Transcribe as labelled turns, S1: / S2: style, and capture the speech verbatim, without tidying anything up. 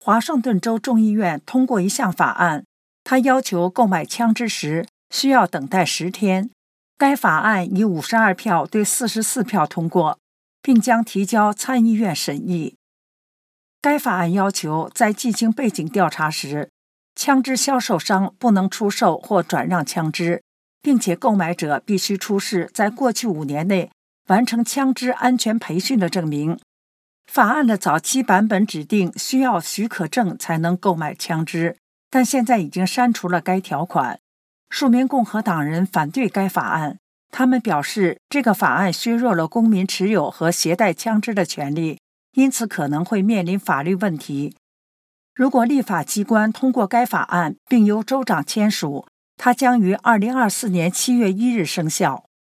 S1: 华盛顿州众议院通过一项法案，它要求购买枪支时需要等待十天。该法案以五十二票对四十四票通过，并将提交参议院审议。该法案要求在进行背景调查时，枪支销售商不能出售或转让枪支，并且购买者必须出示在过去五年内完成枪支安全培训的证明。法案的早期版本指定需要许可证才能购买枪支，但现在已经删除了该条款。数名共和党人反对该法案，他们表示这个法案削弱了公民持有和携带枪支的权利，因此可能会面临法律问题。如果立法机关通过该法案并由州长签署，它将于二零二四年七月一日生效。